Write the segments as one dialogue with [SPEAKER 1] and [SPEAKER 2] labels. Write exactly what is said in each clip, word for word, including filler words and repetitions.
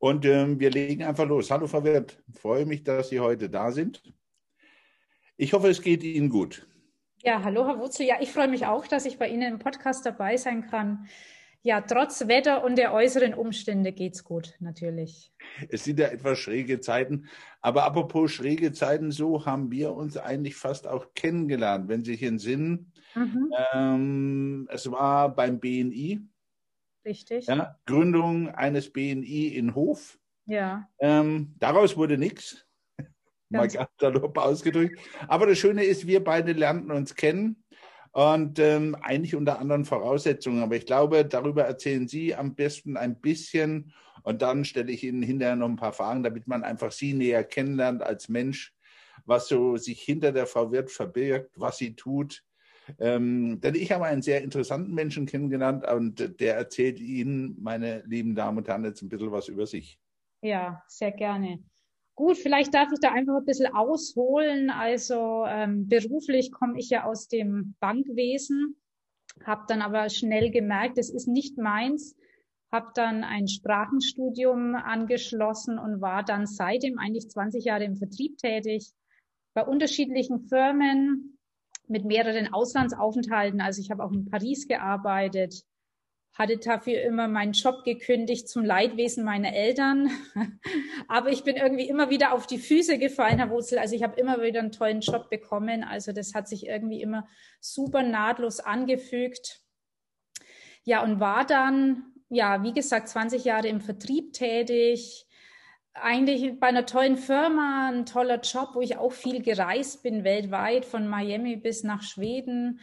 [SPEAKER 1] Und ähm, wir legen einfach los. Hallo Frau Wirth, ich freue mich, dass Sie heute da sind. Ich hoffe, es geht Ihnen gut.
[SPEAKER 2] Ja, hallo Herr Wurzel. Ja, ich freue mich auch, dass ich bei Ihnen im Podcast dabei sein kann. Ja, trotz Wetter und der äußeren Umstände geht's gut, natürlich.
[SPEAKER 1] Es sind ja etwas schräge Zeiten, aber apropos schräge Zeiten, so haben wir uns eigentlich fast auch kennengelernt, wenn Sie sich entsinnen.
[SPEAKER 2] Mhm,
[SPEAKER 1] Ähm, es war beim B N I,
[SPEAKER 2] richtig.
[SPEAKER 1] ja, Gründung eines B N I in Hof.
[SPEAKER 2] Ja,
[SPEAKER 1] Ähm, daraus wurde nichts, mal
[SPEAKER 2] ganz,
[SPEAKER 1] ganz salopp ausgedrückt. Aber das Schöne ist, wir beide lernten uns kennen und ähm, eigentlich unter anderen Voraussetzungen. Aber ich glaube, darüber erzählen Sie am besten ein bisschen und dann stelle ich Ihnen hinterher noch ein paar Fragen, damit man einfach Sie näher kennenlernt als Mensch, was so sich hinter der Frau Wirth verbirgt, was sie tut. Ähm, denn ich habe einen sehr interessanten Menschen kennengelernt und der erzählt Ihnen, meine lieben Damen und Herren, jetzt ein bisschen was über sich.
[SPEAKER 2] ja, sehr gerne. Gut, vielleicht darf ich da einfach ein bisschen ausholen. Also ähm, beruflich komme ich ja aus dem Bankwesen, habe dann aber schnell gemerkt, es ist nicht meins, habe dann ein Sprachenstudium angeschlossen und war dann seitdem eigentlich zwanzig Jahre im Vertrieb tätig, bei unterschiedlichen Firmen mit mehreren Auslandsaufenthalten. Also ich habe auch in Paris gearbeitet, hatte dafür immer meinen Job gekündigt zum Leidwesen meiner Eltern. Aber ich bin irgendwie immer wieder auf die Füße gefallen, Herr Wurzel. Also ich habe immer wieder einen tollen Job bekommen. Also das hat sich irgendwie immer super nahtlos angefügt. Ja, und war dann, ja, wie gesagt, zwanzig Jahre im Vertrieb tätig. Eigentlich bei einer tollen Firma, ein toller Job, wo ich auch viel gereist bin, weltweit, von Miami bis nach Schweden.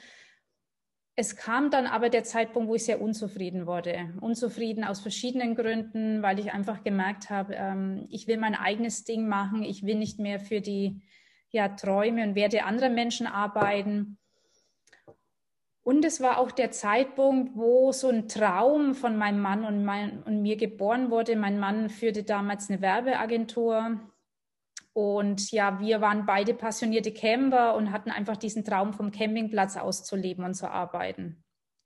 [SPEAKER 2] Es kam dann aber der Zeitpunkt, wo ich sehr unzufrieden wurde. Unzufrieden aus verschiedenen Gründen, weil ich einfach gemerkt habe, ähm, ich will mein eigenes Ding machen. Ich will nicht mehr für die ja, Träume und Werte anderer Menschen arbeiten. Und es war auch der Zeitpunkt, wo so ein Traum von meinem Mann und, mein, und mir geboren wurde. Mein Mann führte damals eine Werbeagentur. Und ja, wir waren beide passionierte Camper und hatten einfach diesen Traum, vom Campingplatz aus zu leben und zu arbeiten.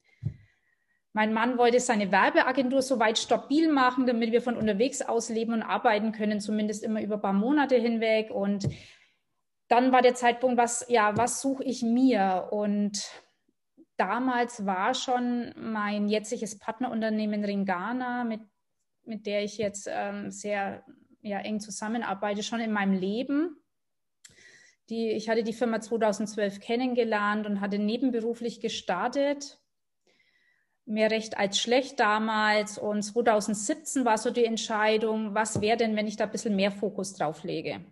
[SPEAKER 2] Mein Mann wollte seine Werbeagentur so weit stabil machen, damit wir von unterwegs aus leben und arbeiten können, zumindest immer über ein paar Monate hinweg. Und dann war der Zeitpunkt, was, ja, was suche ich mir? Und damals war schon mein jetziges Partnerunternehmen Ringana, mit, mit der ich jetzt ähm, sehr ja, eng zusammenarbeite, schon in meinem Leben. Die, ich hatte die Firma zweitausendzwölf kennengelernt und hatte nebenberuflich gestartet. Mehr recht als schlecht damals. Und zweitausendsiebzehn war so die Entscheidung, was wäre denn, wenn ich da ein bisschen mehr Fokus drauf lege?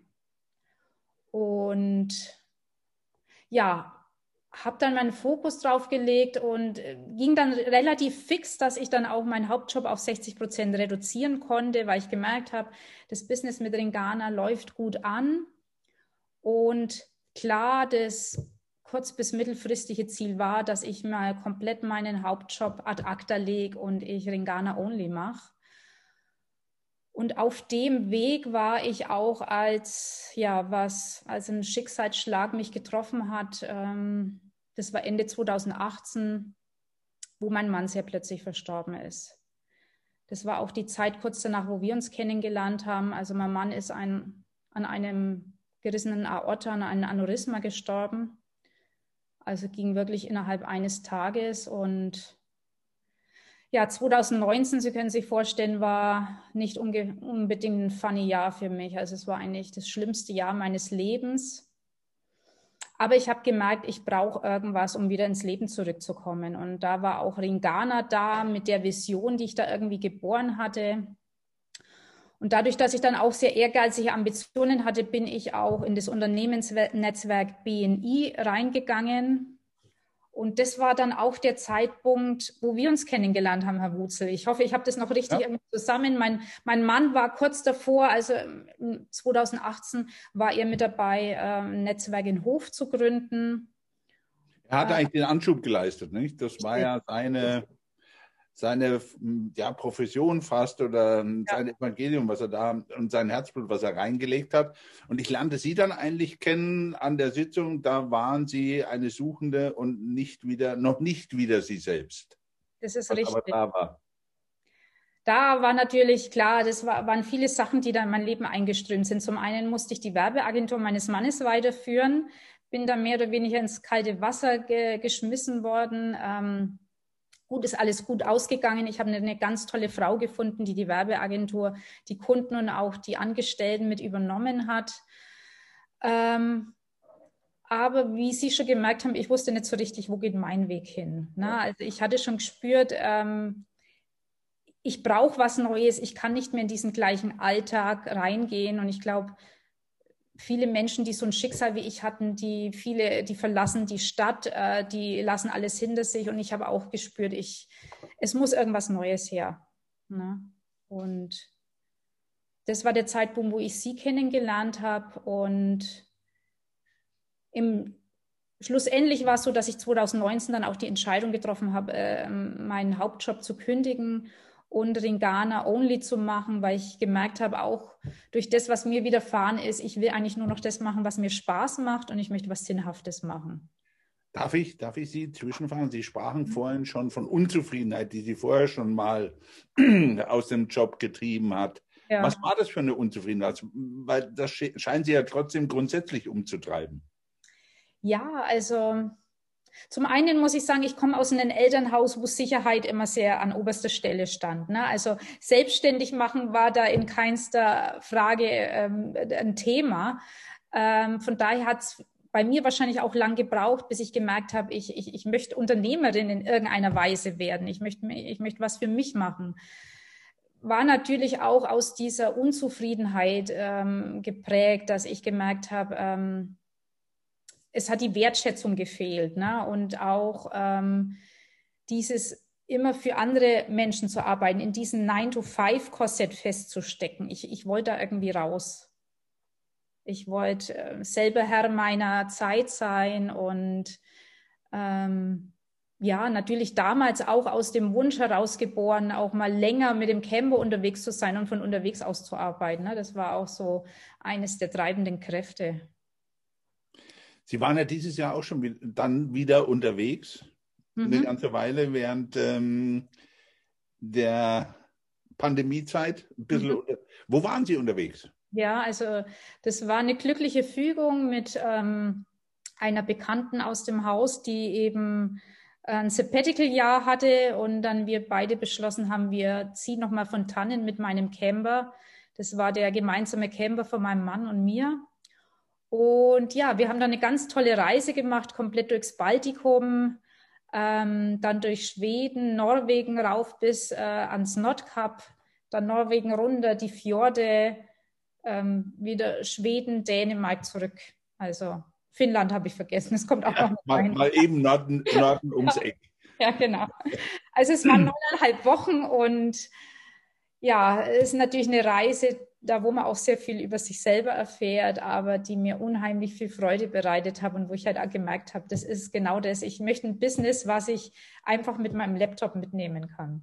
[SPEAKER 2] Und ja, habe dann meinen Fokus drauf gelegt und äh, ging dann relativ fix, dass ich dann auch meinen Hauptjob auf sechzig Prozent reduzieren konnte, weil ich gemerkt habe, das Business mit Ringana läuft gut an. Und klar, das kurz- bis mittelfristige Ziel war, dass ich mal komplett meinen Hauptjob ad acta lege und ich Ringana Only mache. Und auf dem Weg war ich auch, als ja was als ein Schicksalsschlag mich getroffen hat. Ähm, das war Ende zweitausendachtzehn, wo mein Mann sehr plötzlich verstorben ist. Das war auch die Zeit kurz danach, wo wir uns kennengelernt haben. Also mein Mann ist ein, an einem gerissenen Aorta, an einem Aneurysma gestorben. Also ging wirklich innerhalb eines Tages. Und ja, zweitausendneunzehn, Sie können sich vorstellen, war nicht unbedingt ein funny Jahr für mich. Also es war eigentlich das schlimmste Jahr meines Lebens. Aber ich habe gemerkt, ich brauche irgendwas, um wieder ins Leben zurückzukommen. Und da war auch Ringana da mit der Vision, die ich da irgendwie geboren hatte. Und dadurch, dass ich dann auch sehr ehrgeizige Ambitionen hatte, bin ich auch in das Unternehmensnetzwerk B N I reingegangen. Und das war dann auch der Zeitpunkt, wo wir uns kennengelernt haben, Herr Wutzel. Ich hoffe, ich habe das noch richtig
[SPEAKER 1] Ja.
[SPEAKER 2] irgendwie zusammen. Mein, mein Mann war kurz davor, also zweitausendachtzehn war er mit dabei, ein Netzwerk in Hof zu gründen.
[SPEAKER 1] Er hat eigentlich den Anschub geleistet, nicht? Das war
[SPEAKER 2] Richtig.
[SPEAKER 1] ja seine, seine ja, Profession fast oder
[SPEAKER 2] Ja.
[SPEAKER 1] sein Evangelium, was er da und sein Herzblut, was er reingelegt hat. Und ich lernte Sie dann eigentlich kennen an der Sitzung. Da waren Sie eine Suchende und nicht wieder, noch nicht wieder Sie selbst,
[SPEAKER 2] Das ist
[SPEAKER 1] was aber
[SPEAKER 2] richtig.
[SPEAKER 1] da war.
[SPEAKER 2] Da war natürlich klar, das war, waren viele Sachen, die da in mein Leben eingeströmt sind. Zum einen musste ich die Werbeagentur meines Mannes weiterführen, bin da mehr oder weniger ins kalte Wasser ge geschmissen worden. Ähm, gut, ist alles gut ausgegangen. Ich habe eine, eine ganz tolle Frau gefunden, die die Werbeagentur, die Kunden und auch die Angestellten mit übernommen hat. Ähm, aber wie Sie schon gemerkt haben, ich wusste nicht so richtig, wo geht mein Weg hin. Ne? Also ich hatte schon gespürt, ähm, ich brauche was Neues, ich kann nicht mehr in diesen gleichen Alltag reingehen. Und ich glaube, viele Menschen, die so ein Schicksal wie ich hatten, die viele, die verlassen die Stadt, äh, die lassen alles hinter sich. Und ich habe auch gespürt, ich, es muss irgendwas Neues her. Ne? Und das war der Zeitpunkt, wo ich Sie kennengelernt habe. Und im schlussendlich war es so, dass ich zwanzig neunzehn dann auch die Entscheidung getroffen habe, äh, meinen Hauptjob zu kündigen und Ringana Only zu machen, weil ich gemerkt habe, auch durch das, was mir widerfahren ist, ich will eigentlich nur noch das machen, was mir Spaß macht, und ich möchte was Sinnhaftes machen.
[SPEAKER 1] Darf ich, darf ich Sie zwischenfragen? Sie sprachen vorhin schon von Unzufriedenheit, die Sie vorher schon mal aus dem Job getrieben hat. Ja. Was war das für eine Unzufriedenheit? Weil das scheint Sie ja trotzdem grundsätzlich umzutreiben.
[SPEAKER 2] Ja, also zum einen muss ich sagen, ich komme aus einem Elternhaus, wo Sicherheit immer sehr an oberster Stelle stand. Ne? Also selbstständig machen war da in keinster Frage ähm, ein Thema. Ähm, von daher hat es bei mir wahrscheinlich auch lang gebraucht, bis ich gemerkt habe, ich, ich, ich möchte Unternehmerin in irgendeiner Weise werden. Ich möchte, ich möchte was für mich machen. War natürlich auch aus dieser Unzufriedenheit ähm, geprägt, dass ich gemerkt habe, ähm, es hat die Wertschätzung gefehlt, ne? Und auch ähm, dieses immer für andere Menschen zu arbeiten, in diesem nine to five Korsett festzustecken. Ich, ich wollte da irgendwie raus. Ich wollte äh, selber Herr meiner Zeit sein und ähm, ja, natürlich damals auch aus dem Wunsch herausgeboren, auch mal länger mit dem Camper unterwegs zu sein und von unterwegs aus zu arbeiten. Ne? Das war auch so eines der treibenden Kräfte.
[SPEAKER 1] Sie waren ja dieses Jahr auch schon dann wieder unterwegs, mhm. eine ganze Weile während ähm, der Pandemiezeit. Ein bisschen mhm. unter Wo waren Sie unterwegs?
[SPEAKER 2] Ja, also das war eine glückliche Fügung mit ähm, einer Bekannten aus dem Haus, die eben ein Sabbatical-Jahr hatte, und dann wir beide beschlossen haben, wir ziehen nochmal von Tannen mit meinem Camper. Das war der gemeinsame Camper von meinem Mann und mir. Und ja, wir haben dann eine ganz tolle Reise gemacht, komplett durchs Baltikum, ähm, dann durch Schweden, Norwegen rauf bis äh, ans Nordkap, dann Norwegen runter, die Fjorde, ähm, wieder Schweden, Dänemark zurück. Also Finnland habe ich vergessen, es kommt auch ja, noch
[SPEAKER 1] mal, rein. Mal eben Norden, Norden ums Eck.
[SPEAKER 2] Ja, genau. Also es waren neuneinhalb Wochen, und ja, es ist natürlich eine Reise, da wo man auch sehr viel über sich selber erfährt, aber die mir unheimlich viel Freude bereitet hat und wo ich halt auch gemerkt habe, das ist genau das. Ich möchte ein Business, was ich einfach mit meinem Laptop mitnehmen kann.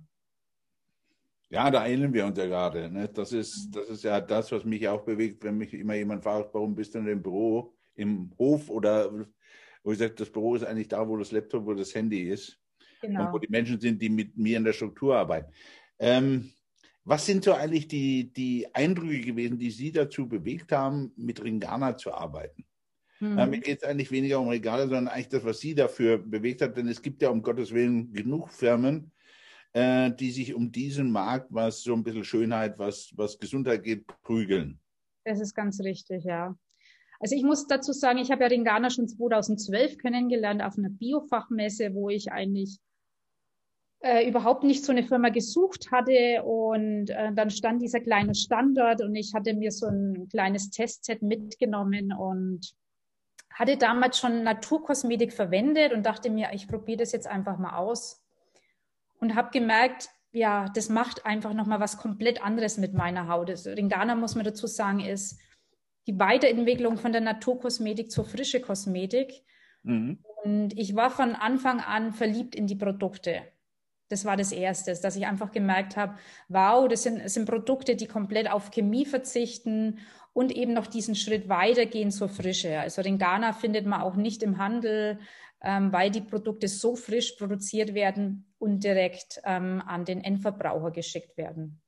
[SPEAKER 1] Ja, da erinnern wir uns ja gerade. Ne? Das ist, das ist ja das, was mich auch bewegt, wenn mich immer jemand fragt, warum bist du denn im Büro, im Hof, oder wo ich sage, das Büro ist eigentlich da, wo das Laptop, wo das Handy ist. Genau. Und wo die Menschen sind, die mit mir in der Struktur arbeiten. Ähm, Was sind so eigentlich die, die Eindrücke gewesen, die Sie dazu bewegt haben, mit Ringana zu arbeiten? Mhm. Äh, mir geht es eigentlich weniger um Ringana, sondern eigentlich das, was Sie dafür bewegt hat. Denn es gibt ja um Gottes Willen genug Firmen, äh, die sich um diesen Markt, was so ein bisschen Schönheit, was, was Gesundheit geht, prügeln.
[SPEAKER 2] Das ist ganz richtig, ja. Also ich muss dazu sagen, ich habe ja Ringana schon zweitausendzwölf kennengelernt auf einer Biofachmesse, wo ich eigentlich Äh, überhaupt nicht so eine Firma gesucht hatte, und äh, dann stand dieser kleine Standort und ich hatte mir so ein kleines Testset mitgenommen und hatte damals schon Naturkosmetik verwendet und dachte mir, ich probiere das jetzt einfach mal aus, und habe gemerkt, ja, das macht einfach nochmal was komplett anderes mit meiner Haut. Also Ringana, muss man dazu sagen, ist die Weiterentwicklung von der Naturkosmetik zur frische Kosmetik. Mhm. Und ich war von Anfang an verliebt in die Produkte. Das war das Erste, dass ich einfach gemerkt habe, wow, das sind, das sind Produkte, die komplett auf Chemie verzichten und eben noch diesen Schritt weitergehen zur Frische. Also Ringana findet man auch nicht im Handel, ähm, weil die Produkte so frisch produziert werden. und direkt ähm, an den Endverbraucher geschickt werden.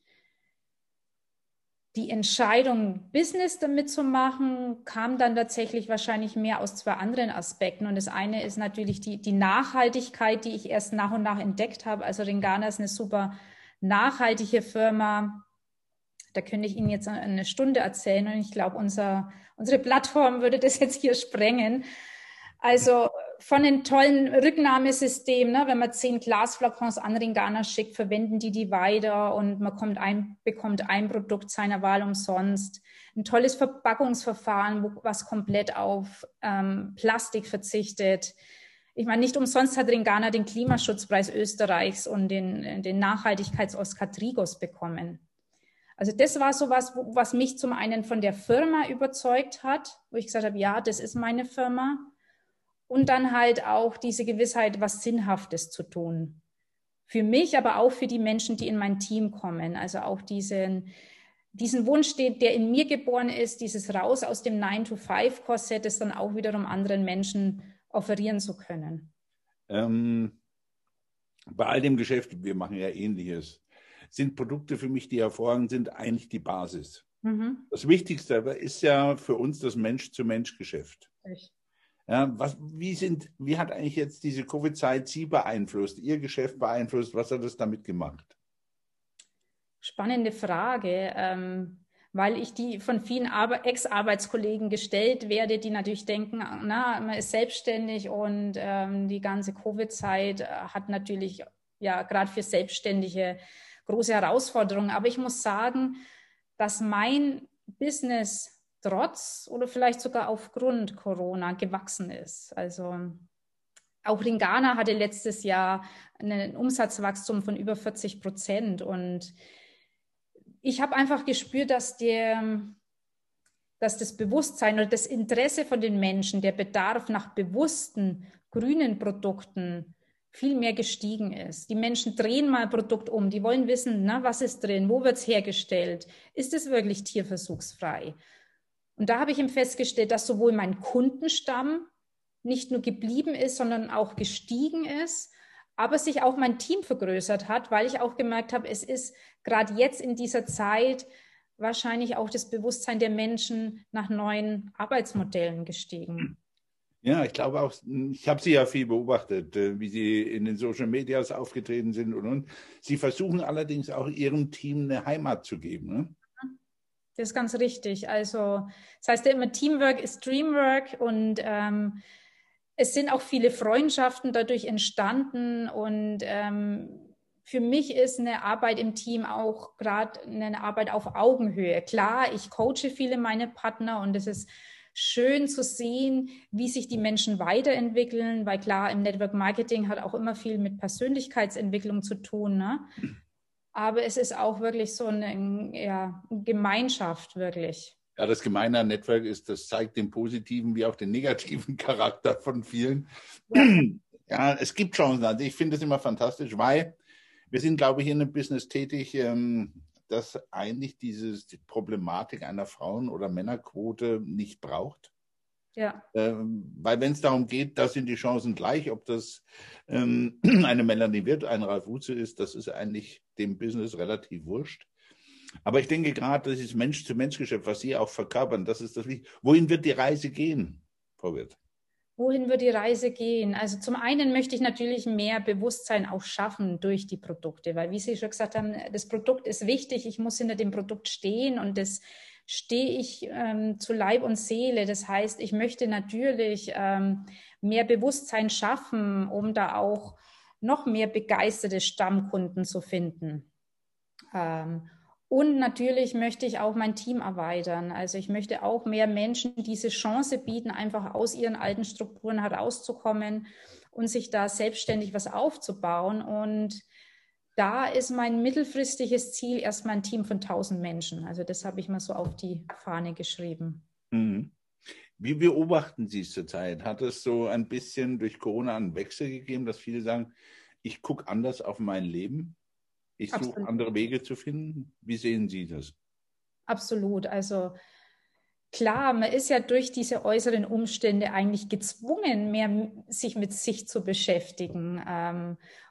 [SPEAKER 2] Die Entscheidung, Business damit zu machen, kam dann tatsächlich wahrscheinlich mehr aus zwei anderen Aspekten. Und das eine ist natürlich die, die Nachhaltigkeit, die ich erst nach und nach entdeckt habe. Also Ringana ist eine super nachhaltige Firma. Da könnte ich Ihnen jetzt eine Stunde erzählen und ich glaube, unser, unsere Plattform würde das jetzt hier sprengen. Also von den tollen Rücknahmesystemen, ne, wenn man zehn Glasflakons an Ringana schickt, verwenden die die weiter und man kommt ein, bekommt ein Produkt seiner Wahl umsonst. Ein tolles Verpackungsverfahren, wo, was komplett auf ähm, Plastik verzichtet. Ich meine, nicht umsonst hat Ringana den Klimaschutzpreis Österreichs und den, den Nachhaltigkeits-Oscar Trigos bekommen. Also das war so was, was mich zum einen von der Firma überzeugt hat, wo ich gesagt habe, ja, das ist meine Firma. Und dann halt auch diese Gewissheit, was Sinnhaftes zu tun. Für mich, aber auch für die Menschen, die in mein Team kommen. Also auch diesen, diesen Wunsch, der in mir geboren ist, dieses Raus aus dem nine to five Korsett, das dann auch wiederum anderen Menschen offerieren zu können.
[SPEAKER 1] Ähm, bei all dem Geschäft, wir machen ja Ähnliches, sind Produkte für mich, die hervorragend sind, eigentlich die Basis. Mhm. Das Wichtigste ist ja für uns das Mensch-zu-Mensch-Geschäft. Echt? Ja, was, wie, sind, wie hat eigentlich jetzt diese Covid-Zeit Sie beeinflusst, Ihr Geschäft beeinflusst? Was hat es damit gemacht?
[SPEAKER 2] Spannende Frage, ähm, weil ich die von vielen Ex-Arbeitskollegen gestellt werde, die natürlich denken, na, man ist selbstständig und ähm, die ganze Covid-Zeit hat natürlich ja gerade für Selbstständige große Herausforderungen. Aber ich muss sagen, dass mein Business trotz oder vielleicht sogar aufgrund Corona gewachsen ist. Also auch Ringana hatte letztes Jahr ein Umsatzwachstum von über vierzig Prozent. Und ich habe einfach gespürt, dass, der, dass das Bewusstsein oder das Interesse von den Menschen, der Bedarf nach bewussten grünen Produkten viel mehr gestiegen ist. Die Menschen drehen mal ein Produkt um. Die wollen wissen, na, was ist drin, wo wird es hergestellt, ist es wirklich tierversuchsfrei? Und da habe ich eben festgestellt, dass sowohl mein Kundenstamm nicht nur geblieben ist, sondern auch gestiegen ist, aber sich auch mein Team vergrößert hat, weil ich auch gemerkt habe, es ist gerade jetzt in dieser Zeit wahrscheinlich auch das Bewusstsein der Menschen nach neuen Arbeitsmodellen gestiegen.
[SPEAKER 1] Ja, ich glaube auch, ich habe Sie ja viel beobachtet, wie Sie in den Social Medias aufgetreten sind und, und. Sie versuchen allerdings auch Ihrem Team eine Heimat zu geben, ne?
[SPEAKER 2] Das ist ganz richtig. Also das heißt ja immer, Teamwork ist Dreamwork und ähm, es sind auch viele Freundschaften dadurch entstanden und ähm, für mich ist eine Arbeit im Team auch gerade eine Arbeit auf Augenhöhe. Klar, ich coache viele meine Partner und es ist schön zu sehen, wie sich die Menschen weiterentwickeln, weil klar, im Network Marketing hat auch immer viel mit Persönlichkeitsentwicklung zu tun, ne? Aber es ist auch wirklich so eine ja, Gemeinschaft, wirklich.
[SPEAKER 1] Ja, das Gemeine an Network ist, das zeigt den positiven wie auch den negativen Charakter von vielen. Ja, ja, es gibt Chancen. Also ich finde es immer fantastisch, weil wir sind, glaube ich, in einem Business tätig, das eigentlich diese Problematik einer Frauen- oder Männerquote nicht braucht. Ja. Ähm, weil wenn es darum geht, da sind die Chancen gleich, ob das ähm, eine Melanie Wirth, ein Ralf Rutze ist, das ist eigentlich dem Business relativ wurscht. Aber ich denke gerade, das ist Mensch-zu-Mensch-Geschäft, was Sie auch verkörpern, das ist das Wichtige. Wohin wird die Reise gehen, Frau Wirth?
[SPEAKER 2] Wohin wird die Reise gehen? Also zum einen möchte ich natürlich mehr Bewusstsein auch schaffen durch die Produkte, weil wie Sie schon gesagt haben, das Produkt ist wichtig, ich muss hinter dem Produkt stehen und das stehe ich ähm, zu Leib und Seele. Das heißt, ich möchte natürlich ähm, mehr Bewusstsein schaffen, um da auch noch mehr begeisterte Stammkunden zu finden. Ähm, und natürlich möchte ich auch mein Team erweitern. Also ich möchte auch mehr Menschen diese Chance bieten, einfach aus ihren alten Strukturen herauszukommen und sich da selbstständig was aufzubauen. Und da ist mein mittelfristiges Ziel erstmal ein Team von tausend Menschen. Also das habe ich mal so auf die Fahne geschrieben.
[SPEAKER 1] Mhm. Wie beobachten Sie es zurzeit? Hat es so ein bisschen durch Corona einen Wechsel gegeben, dass viele sagen, ich gucke anders auf mein Leben? Ich suche andere Wege zu finden. Wie sehen Sie das?
[SPEAKER 2] Absolut. Also klar, man ist ja durch diese äußeren Umstände eigentlich gezwungen, mehr sich mit sich zu beschäftigen.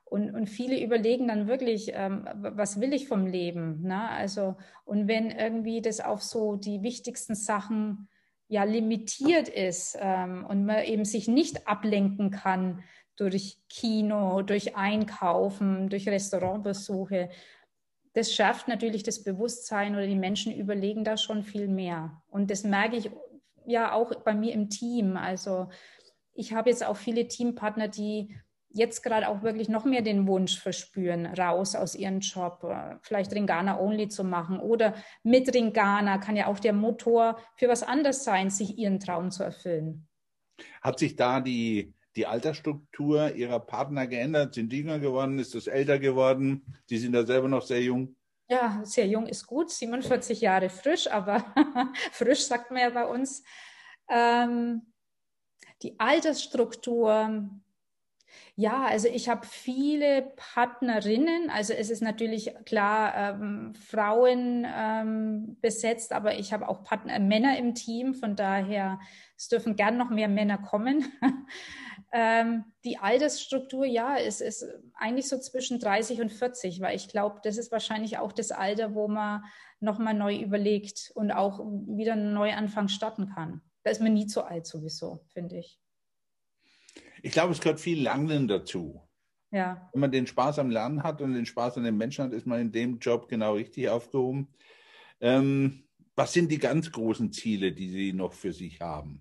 [SPEAKER 2] Und, und viele überlegen dann wirklich, ähm, was will ich vom Leben? Ne? Also, und wenn irgendwie das auf so die wichtigsten Sachen ja limitiert ist ähm, und man eben sich nicht ablenken kann durch Kino, durch Einkaufen, durch Restaurantbesuche, das schärft natürlich das Bewusstsein oder die Menschen überlegen da schon viel mehr. Und das merke ich ja auch bei mir im Team. Also ich habe jetzt auch viele Teampartner, die jetzt gerade auch wirklich noch mehr den Wunsch verspüren, raus aus ihrem Job, vielleicht Ringana Only zu machen oder mit Ringana kann ja auch der Motor für was anderes sein, sich ihren Traum zu erfüllen.
[SPEAKER 1] Hat sich da die, die Altersstruktur Ihrer Partner geändert? Sind die jünger geworden? Ist das älter geworden? Sie sind da selber noch sehr jung.
[SPEAKER 2] Ja, sehr jung ist gut, siebenundvierzig Jahre frisch, aber frisch sagt man ja bei uns. Ähm, die Altersstruktur, ja, also ich habe viele Partnerinnen, also es ist natürlich klar ähm, Frauen ähm, besetzt, aber ich habe auch Partner, Männer im Team, von daher, es dürfen gern noch mehr Männer kommen. ähm, die Altersstruktur, ja, es ist eigentlich so zwischen dreißig und vierzig, weil ich glaube, das ist wahrscheinlich auch das Alter, wo man nochmal neu überlegt und auch wieder einen Neuanfang starten kann. Da ist man nie zu alt sowieso, finde ich.
[SPEAKER 1] Ich glaube, es gehört viel Lernen dazu.
[SPEAKER 2] Ja.
[SPEAKER 1] Wenn man den Spaß am Lernen hat und den Spaß an den Menschen hat, ist man in dem Job genau richtig aufgehoben. Ähm, was sind die ganz großen Ziele, die Sie noch für sich haben?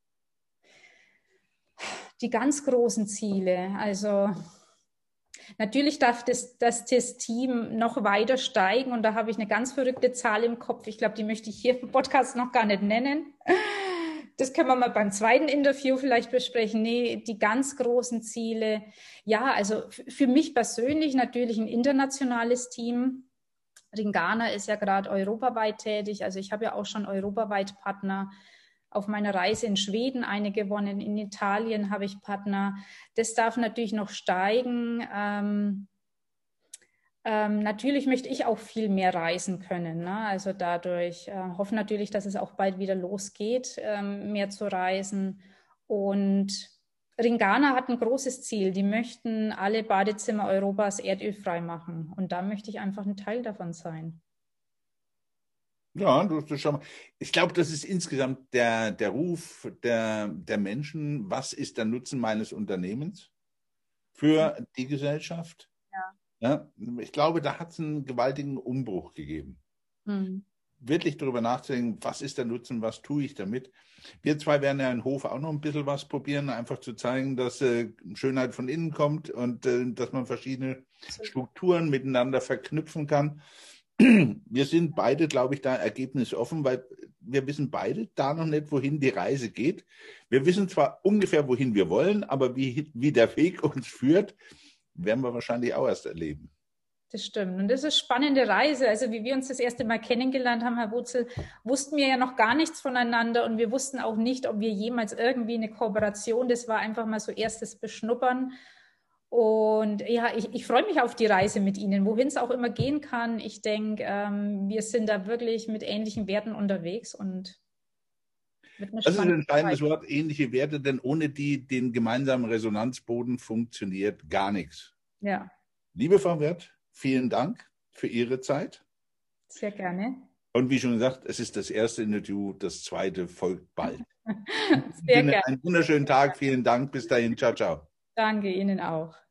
[SPEAKER 2] Die ganz großen Ziele, also natürlich darf das, das, das Team noch weiter steigen und da habe ich eine ganz verrückte Zahl im Kopf. Ich glaube, die möchte ich hier im Podcast noch gar nicht nennen. Das können wir mal beim zweiten Interview vielleicht besprechen. Nee, die ganz großen Ziele. Ja, also für mich persönlich natürlich ein internationales Team. Ringana ist ja gerade europaweit tätig. Also ich habe ja auch schon europaweit Partner. Auf meiner Reise in Schweden eine gewonnen. In Italien habe ich Partner. Das darf natürlich noch steigen. Ähm, Ähm, natürlich möchte ich auch viel mehr reisen können. Ne? Also dadurch äh, hoffe natürlich, dass es auch bald wieder losgeht, ähm, mehr zu reisen. Und Ringana hat ein großes Ziel. Die möchten alle Badezimmer Europas erdölfrei machen. Und da möchte ich einfach ein Teil davon sein.
[SPEAKER 1] Ja, du hast das schon mal. Ich glaube, das ist insgesamt der, der Ruf der, der Menschen. Was ist der Nutzen meines Unternehmens für die Gesellschaft?
[SPEAKER 2] Ja.
[SPEAKER 1] Ja, ich glaube, da hat es einen gewaltigen Umbruch gegeben.
[SPEAKER 2] Hm.
[SPEAKER 1] Wirklich darüber nachzudenken, was ist der Nutzen, was tue ich damit. Wir zwei werden ja in Hof auch noch ein bisschen was probieren, einfach zu zeigen, dass äh, Schönheit von innen kommt und äh, dass man verschiedene Strukturen miteinander verknüpfen kann. Wir sind beide, glaube ich, da ergebnisoffen, weil wir wissen beide da noch nicht, wohin die Reise geht. Wir wissen zwar ungefähr, wohin wir wollen, aber wie, wie der Weg uns führt, werden wir wahrscheinlich auch erst erleben.
[SPEAKER 2] Das stimmt. Und das ist eine spannende Reise. Also wie wir uns das erste Mal kennengelernt haben, Herr Wurzel, wussten wir ja noch gar nichts voneinander und wir wussten auch nicht, ob wir jemals irgendwie eine Kooperation, das war einfach mal so erstes Beschnuppern. Und ja, ich, ich freue mich auf die Reise mit Ihnen, wohin es auch immer gehen kann. Ich denke, ähm, wir sind da wirklich mit ähnlichen Werten unterwegs und mit einer
[SPEAKER 1] Das ist ein entscheidendes
[SPEAKER 2] Zeit.
[SPEAKER 1] Wort, ähnliche Werte, denn ohne die, den gemeinsamen Resonanzboden funktioniert gar nichts.
[SPEAKER 2] Ja.
[SPEAKER 1] Liebe Frau Wirth, vielen Dank für Ihre Zeit.
[SPEAKER 2] Sehr gerne.
[SPEAKER 1] Und wie schon gesagt, es ist das erste Interview, das zweite folgt bald.
[SPEAKER 2] Sehr gerne.
[SPEAKER 1] Einen wunderschönen Tag, vielen Dank, bis dahin, ciao, ciao.
[SPEAKER 2] Danke Ihnen auch.